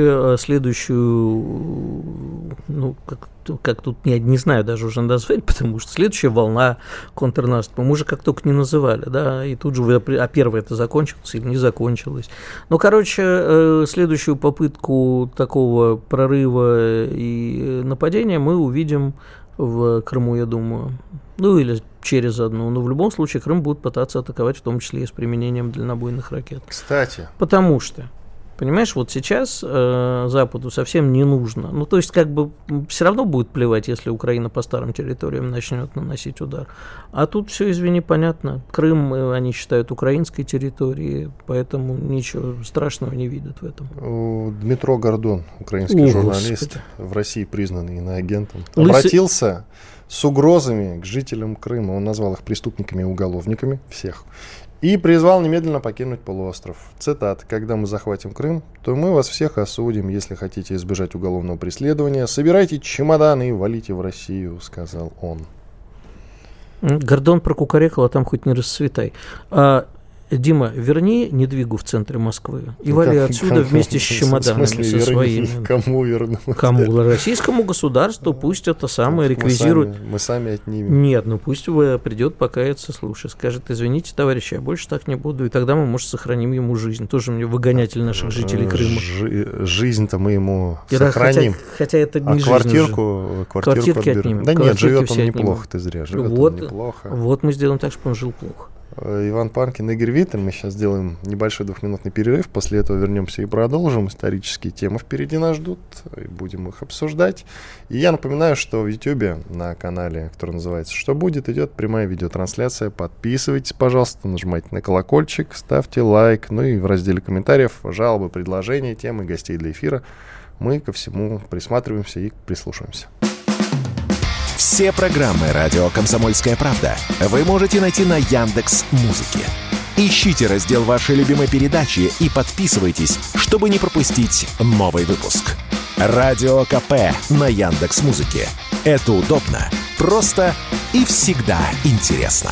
следующую, ну, как, как тут, я не знаю даже уже назвать, потому что следующая волна контрнаступа мы уже как только не называли, да, и тут же, а первая это закончилась или не закончилась. Ну, короче, следующую попытку такого прорыва и нападения мы увидим в Крыму, я думаю. Ну, или через одну. Но в любом случае Крым будут пытаться атаковать, в том числе и с применением дальнобойных ракет. Кстати. Потому что, понимаешь, вот сейчас э, Западу совсем не нужно. Ну, то есть, как бы, все равно будет плевать, если Украина по старым территориям начнет наносить удар. А тут все, извини, понятно. Крым э, они считают украинской территорией, поэтому ничего страшного не видят в этом. Дмитро Гордон, украинский О, журналист, Господи. В России признанный иноагентом, Лысый... обратился с угрозами к жителям Крыма. Он назвал их преступниками и уголовниками, всех, и призвал немедленно покинуть полуостров. Цитата: «Когда мы захватим Крым, то мы вас всех осудим. Если хотите избежать уголовного преследования, собирайте чемоданы и валите в Россию», — сказал он. Гордон прокукарекал, а там хоть не расцветай. А, Дима, верни недвигу в центре Москвы и вали Как- отсюда как- вместе с в чемоданами смысле, со верни? своими. Кому верну? Кому? Российскому государству пусть это самое Мы реквизирует. сами- Мы сами отнимем. Нет, ну пусть вы придет покаяться, слушай, скажет, извините, товарищи, я больше так не буду, и тогда мы, может, сохраним ему жизнь. Тоже мне выгонятель наших жителей Крыма. Жи- Жизнь-то мы ему И да, сохраним. Хотя, хотя это не А жизнь квартирку, квартирку Квартирки отберем. отнимем. Да нет, Квартирки живет он все отнимем. неплохо, ты зря. Живет Вот. он неплохо. уже. Вот мы сделаем так, чтобы он жил плохо. Э, Иван Панкин, Игорь Виттель. Мы сейчас сделаем небольшой двухминутный перерыв. После этого вернемся и продолжим. Исторические темы впереди нас ждут. И будем их обсуждать. И я напоминаю, что в Ютьюбе на канале, который называется «Что будет?», идет прямая видеотрансляция. Подписывайтесь, пожалуйста, нажимайте на колокольчик, ставьте лайк. Ну и в разделе комментариев жалобы, предложения, темы, гостей для эфира. Мы ко всему присматриваемся и прислушиваемся. Все программы «Радио Комсомольская правда» вы можете найти на Яндекс.Музыке. Ищите раздел вашей любимой передачи и подписывайтесь, чтобы не пропустить новый выпуск. Радио КП на Яндекс.Музыке. Это удобно, просто и всегда интересно.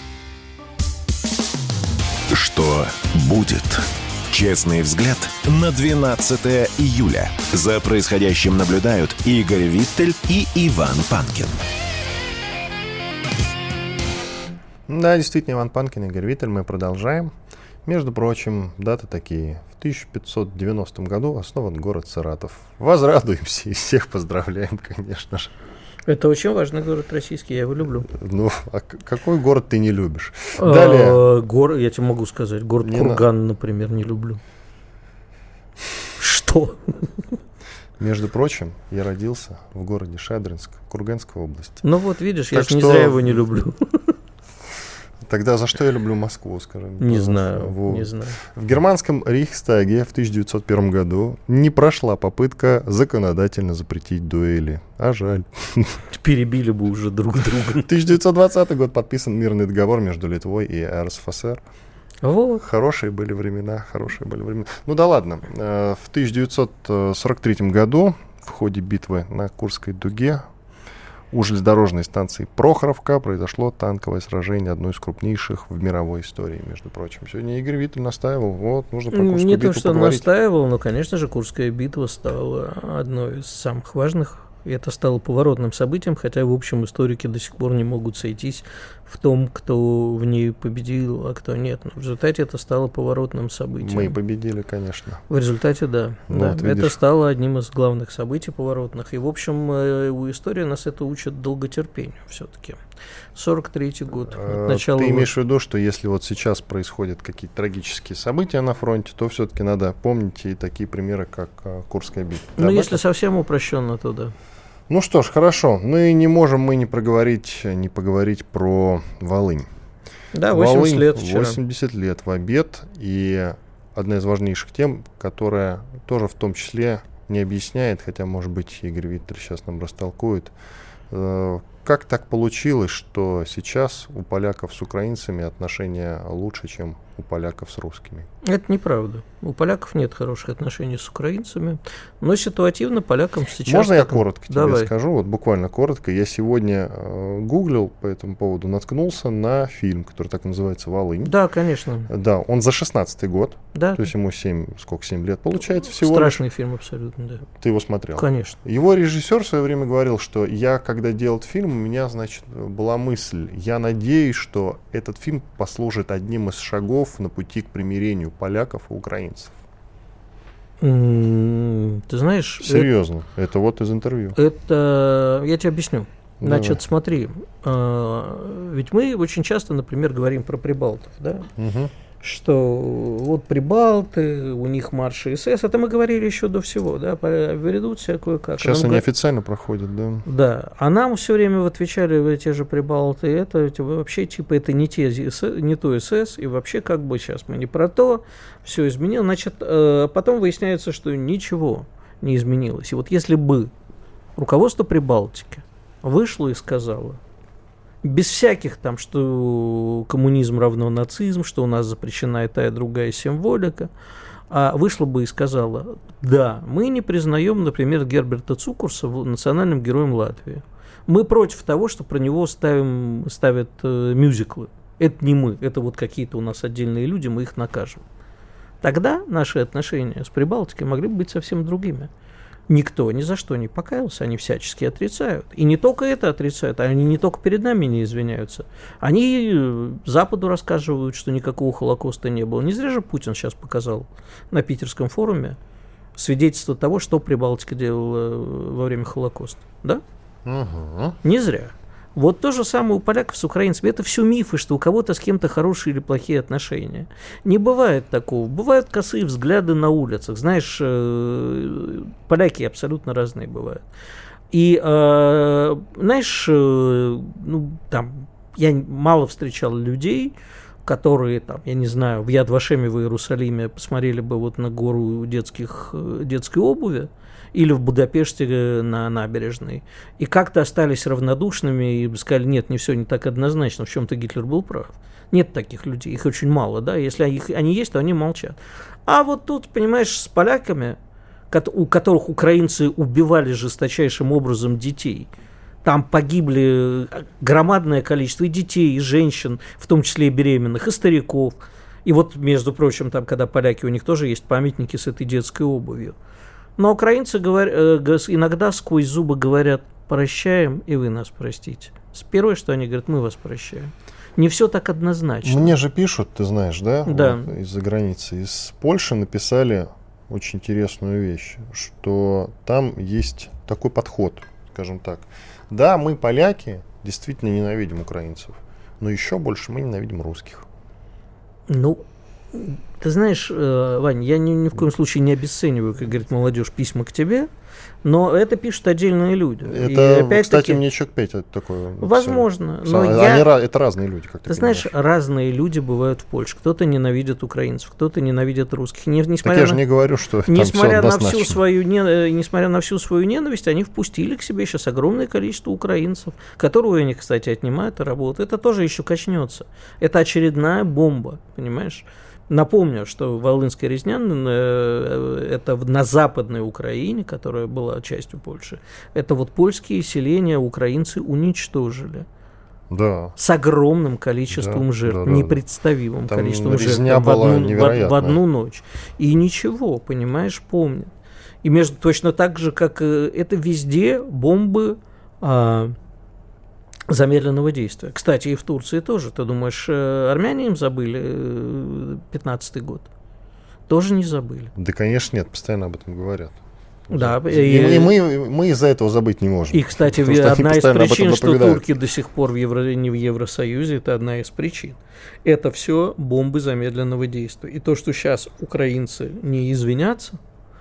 Что будет? Честный взгляд на двенадцатое июля. За происходящим наблюдают Игорь Виттель и Иван Панкин. Да, действительно, Иван Панкин, Игорь Виттель. Мы продолжаем. Между прочим, даты такие. В тысяча пятьсот девяностом году основан город Саратов. Возрадуемся и всех поздравляем, конечно же. Это очень важный город российский, я его люблю. Ну, а к- какой город ты не любишь? Далее. А, гор, я тебе могу сказать, город Не Курган, например, не люблю. Что? Между прочим, я родился в городе Шадринск, Курганской области. Ну вот, видишь, я Так же не что- зря его не люблю. Тогда за что я люблю Москву, скажем? Не знаю, Вот. не знаю. В германском Рейхстаге в тысяча девятьсот первом году не прошла попытка законодательно запретить дуэли. А жаль. Перебили бы уже друг друга. тысяча девятьсот двадцатый год подписан мирный договор между Литвой и РСФСР. Вот. Хорошие были времена, хорошие были времена. Ну да ладно. Э, В тысяча девятьсот сорок третьем году в ходе битвы на Курской дуге у железнодорожной станции Прохоровка произошло танковое сражение, одно из крупнейших в мировой истории, между прочим. Сегодня Игорь Виттель настаивал, вот, нужно про Курскую Не битву то, что он поговорить. настаивал, но, конечно же, Курская битва стала одной из самых важных. И это стало поворотным событием, хотя, в общем, историки до сих пор не могут сойтись в том, кто в ней победил, а кто нет. Но в результате это стало поворотным событием. Мы победили, конечно. В результате, да. Ну, да. вот Это видишь. стало одним из главных событий поворотных. И, в общем, э, у истории нас это учит долготерпению все-таки. сорок третий год. Э, От начала Ты войны. имеешь в виду, что если вот сейчас происходят какие-то трагические события на фронте, то все-таки надо помнить и такие примеры, как э, Курская битва. Ты Ну, об если этом? совсем упрощенно, то да. Ну что ж, хорошо. Ну и не можем мы не проговорить, не поговорить про Волынь. Да, восемьдесят Волынь, лет вчера. восемьдесят лет в обед. И одна из важнейших тем, которая тоже в том числе не объясняет, хотя, может быть, Игорь Виттель сейчас нам растолкует, э, как так получилось, что сейчас у поляков с украинцами отношения лучше, чем у поляков с русскими? Это неправда. У поляков нет хороших отношений с украинцами, но ситуативно полякам сейчас... Можно я так- коротко тебе Давай. скажу? Вот буквально коротко. Я сегодня э, гуглил по этому поводу, наткнулся на фильм, который так и называется «Волынь». Да, конечно. Да, он за шестнадцатый год, Да. то есть ему семь, сколько, семь лет получается всего лишь. Страшный фильм абсолютно, да. Ты его смотрел? Конечно. Его режиссер в свое время говорил, что я, когда делал этот фильм, у меня, значит, была мысль, я надеюсь, что этот фильм послужит одним из шагов на пути к примирению поляков и украинцев. М, Ты знаешь, Серьезно, это вот из интервью. э- это... Я тебе объясню. Давай. Значит, смотри, а, ведь мы очень часто, например, говорим про прибалтов, да? Мгм. Что вот прибалты, у них марши СС, это мы говорили еще до всего, да, по- ведут всякую как. Сейчас Нам они говорят- официально проходят, да. Да, а нам все время отвечали вы те же прибалты, это эти вы вообще типа это не, те, СС не то СС, и вообще как бы сейчас мы не про то, все изменилось. Значит, э, потом выясняется, что ничего не изменилось. И вот если бы руководство Прибалтики вышло и сказало, без всяких там, что коммунизм равно нацизм, что у нас запрещена и та, и другая символика, а вышла бы и сказала, да, мы не признаем, например, Герберта Цукурса национальным героем Латвии. Мы против того, что про него ставим, ставят э, мюзиклы. Это не мы, это вот какие-то у нас отдельные люди, мы их накажем. Тогда наши отношения с Прибалтикой могли бы быть совсем другими. Никто ни за что не покаялся, они всячески отрицают. И не только это отрицают, они не только перед нами не извиняются. Они Западу рассказывают, что никакого Холокоста не было. Не зря же Путин сейчас показал на Питерском форуме свидетельство того, что Прибалтика делала во время Холокоста. Да? Угу. Не зря. Вот то же самое у поляков с украинцами. Это все мифы, что у кого-то с кем-то хорошие или плохие отношения. Не бывает такого. Бывают косые взгляды на улицах. Знаешь, э, поляки абсолютно разные бывают. И, э, знаешь, э, ну, там, я мало встречал людей, которые, там, я не знаю, в Яд Вашеме в Иерусалиме посмотрели бы вот на гору детских, детской обуви, или в Будапеште на набережной, и как-то остались равнодушными и сказали, нет, не все не так однозначно, в чем-то Гитлер был прав. Нет таких людей, их очень мало, да, если их, они есть, то они молчат. А вот тут, понимаешь, с поляками, у которых украинцы убивали жесточайшим образом детей, там погибли громадное количество и детей, и женщин, в том числе и беременных, и стариков. И вот, между прочим, там, когда поляки, у них тоже есть памятники с этой детской обувью. Но украинцы говорят, иногда сквозь зубы говорят, прощаем, и вы нас простите. Первое, что они говорят, мы вас прощаем. Не все так однозначно. Мне же пишут, ты знаешь, да, да. Вот, из-за границы. Из Польши написали очень интересную вещь, что там есть такой подход, скажем так. Да, мы, поляки, действительно ненавидим украинцев, но еще больше мы ненавидим русских. Ну, ты знаешь, Вань, я ни, ни в коем случае не обесцениваю, как говорит молодежь, письма к тебе, но это пишут отдельные люди. Это, и кстати, мне человек пять такое. Возможно. Но они, я... Это разные люди, как ты Ты понимаешь. знаешь, разные люди бывают в Польше. Кто-то ненавидит украинцев, кто-то ненавидит русских. Не, так я же не говорю, что несмотря там на всю свою не, Несмотря на всю свою ненависть, они впустили к себе сейчас огромное количество украинцев, которые у них, кстати, отнимают и работают. Это тоже еще качнется. Это очередная бомба, понимаешь? Напомню, что Волынская резня э, это на Западной Украине, которая была частью Польши, это вот польские селения украинцы уничтожили. Да. С огромным количеством да, жертв, да, да, одним да. количеством жертв в одну, в, в одну ночь. И ничего, понимаешь, помнят. И между точно так же, как это везде бомбы а, замедленного действия. Кстати, и в Турции тоже. Ты думаешь, армяне им забыли пятнадцатый год? Тоже не забыли. Да, конечно, нет, постоянно об этом говорят. Да, и, и, и мы, мы из-за этого забыть не можем. И, кстати, одна из причин, что турки до сих пор в Евро, не в Евросоюзе, это одна из причин. Это все бомбы замедленного действия. И то, что сейчас украинцы не извинятся,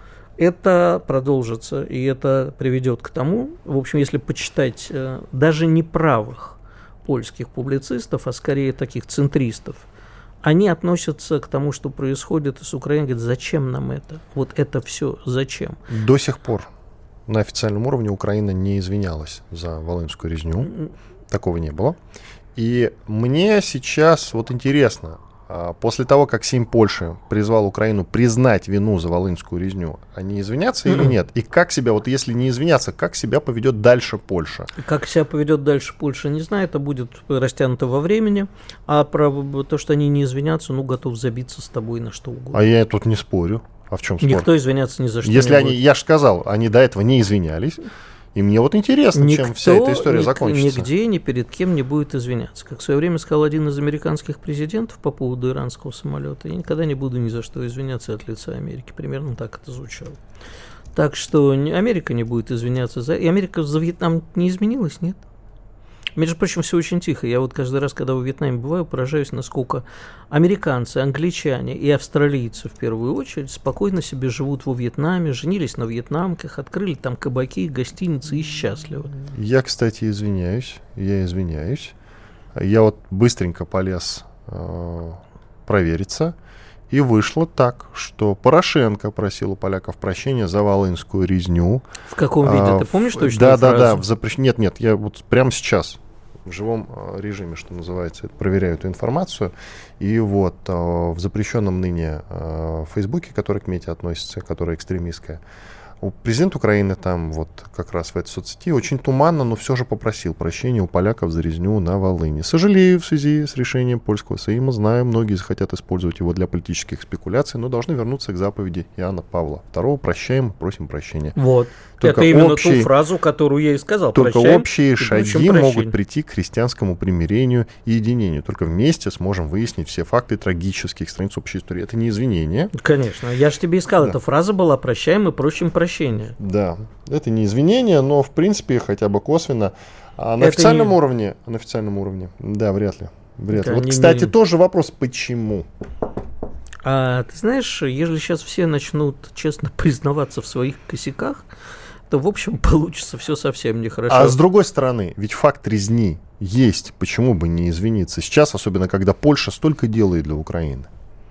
это продолжится, и это приведет к тому, в общем, если почитать э, даже не правых польских публицистов, а скорее таких центристов, они относятся к тому, что происходит с Украиной, говорят, зачем нам это? Вот это все зачем? До сих пор на официальном уровне Украина не извинялась за Волынскую резню. Такого не было. И мне сейчас вот интересно, после того, как Сейм Польши призвал Украину признать вину за Волынскую резню, они извинятся или нет? И как себя, вот если не извиняться, как себя поведет дальше Польша? Как себя поведет дальше Польша, не знаю, это будет растянуто во времени, а про то, что они не извинятся, ну, готов забиться с тобой на что угодно. А я тут не спорю. А в чем спор? Никто извиняться ни за что если не они, будет. Я же сказал, они до этого не извинялись. И мне вот интересно, Никто, чем вся эта история ник, закончится. Нигде ни перед кем не будет извиняться. Как в свое время сказал один из американских президентов по поводу иранского самолета, я никогда не буду ни за что извиняться от лица Америки. Примерно так это звучало. Так что Америка не будет извиняться за... И Америка за Вьетнам не изменилась, нет? Между прочим, все очень тихо. Я вот каждый раз, когда в Вьетнаме бываю, поражаюсь, насколько американцы, англичане и австралийцы в первую очередь спокойно себе живут во Вьетнаме, женились на вьетнамках, открыли там кабаки, гостиницы и счастливы. Я, кстати, извиняюсь. Я извиняюсь. Я вот быстренько полез э, провериться. И вышло так, что Порошенко просил у поляков прощения за Волынскую резню. В каком виде? А, Ты помнишь в, точно да, фразу? Да, да, в запрещ... Нет, нет, я вот прямо сейчас в живом режиме, что называется, проверяю эту информацию. И вот в запрещенном ныне в Фейсбуке, который к МЕТе относится, которая экстремистская, Президент Украины там вот как раз в этой соцсети очень туманно, но все же попросил прощения у поляков за резню на Волыни. Сожалею в связи с решением польского Сейма. Знаю, многие захотят использовать его для политических спекуляций, но должны вернуться к заповеди Иоанна Павла второго. Прощаем, просим прощения. Вот. Только это именно общие, ту фразу, которую я и сказал. Только Прощаем, общие шаги могут могут прийти к христианскому примирению и единению. Только вместе сможем выяснить все факты трагических страниц общей истории. Это не извинение. Конечно. Я же тебе и сказал, Да. эта фраза была «прощаем и просим прощения». Да, это не извинение, но в принципе хотя бы косвенно. А на Это официальном не- уровне, на официальном уровне, да, вряд ли. Вряд ли. Да, Вот, не кстати, имеем. тоже вопрос, почему? А ты знаешь, если сейчас все начнут честно признаваться в своих косяках, то, в общем, получится все совсем нехорошо. А с другой стороны, ведь факт резни есть, почему бы не извиниться? Сейчас, особенно когда Польша столько делает для Украины.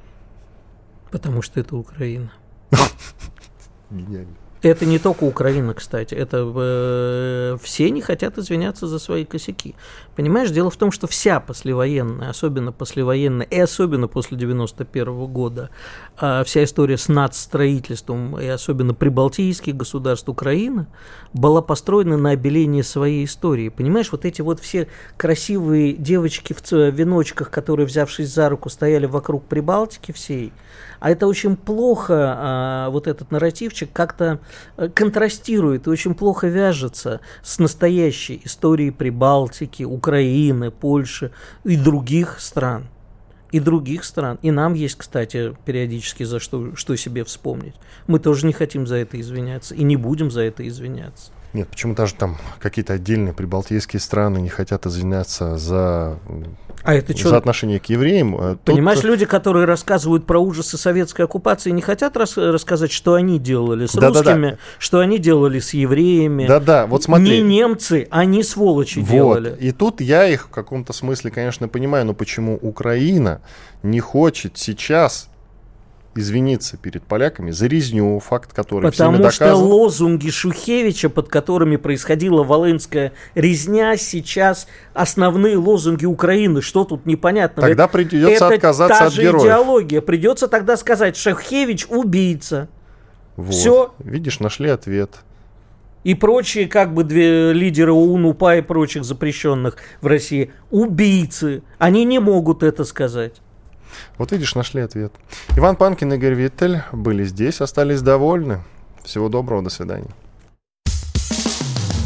Потому что это Украина. Гениально. Это не только Украина, кстати. Это э, все не хотят извиняться за свои косяки. Понимаешь, дело в том, что вся послевоенная, особенно послевоенная, и особенно после девяносто первого года, э, вся история с нацстроительством, и особенно прибалтийских государств Украины, была построена на обелении своей истории. Понимаешь, вот эти вот все красивые девочки в ц- веночках, которые, взявшись за руку, стояли вокруг Прибалтики всей, а это очень плохо, а, вот этот нарративчик как-то а, контрастирует и очень плохо вяжется с настоящей историей Прибалтики, Украины, Польши и других стран. И других стран. И нам есть, кстати, периодически за что, что себе вспомнить. Мы тоже не хотим за это извиняться и не будем за это извиняться. Нет, почему даже там какие-то отдельные прибалтийские страны не хотят извиняться за, А это за что? отношение к евреям? Тут- Понимаешь, люди, которые рассказывают про ужасы советской оккупации, не хотят рас- рассказать, что они делали с Да-да-да. русскими, что они делали с евреями. Да-да, вот смотри. Не немцы, они сволочи Вот. делали. И тут я их в каком-то смысле, конечно, понимаю, но почему Украина не хочет сейчас извиниться перед поляками за резню, факт, который всеми Потому что доказан. лозунги Шухевича, под которыми происходила волынская резня, сейчас основные лозунги Украины. Что тут непонятно? Тогда Это- придется это отказаться та от же героев. идеология. Придется тогда сказать, Шухевич убийца. Вот. Всё. Видишь, нашли ответ. И прочие, как бы, две лидеры ОУН, УПА и прочих запрещенных в России, убийцы. Они не могут это сказать. Вот видишь, нашли ответ. Иван Панкин и Игорь Виттель были здесь, остались довольны. Всего доброго, до свидания.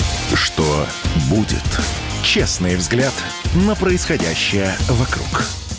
Что будет? Честный взгляд на происходящее вокруг.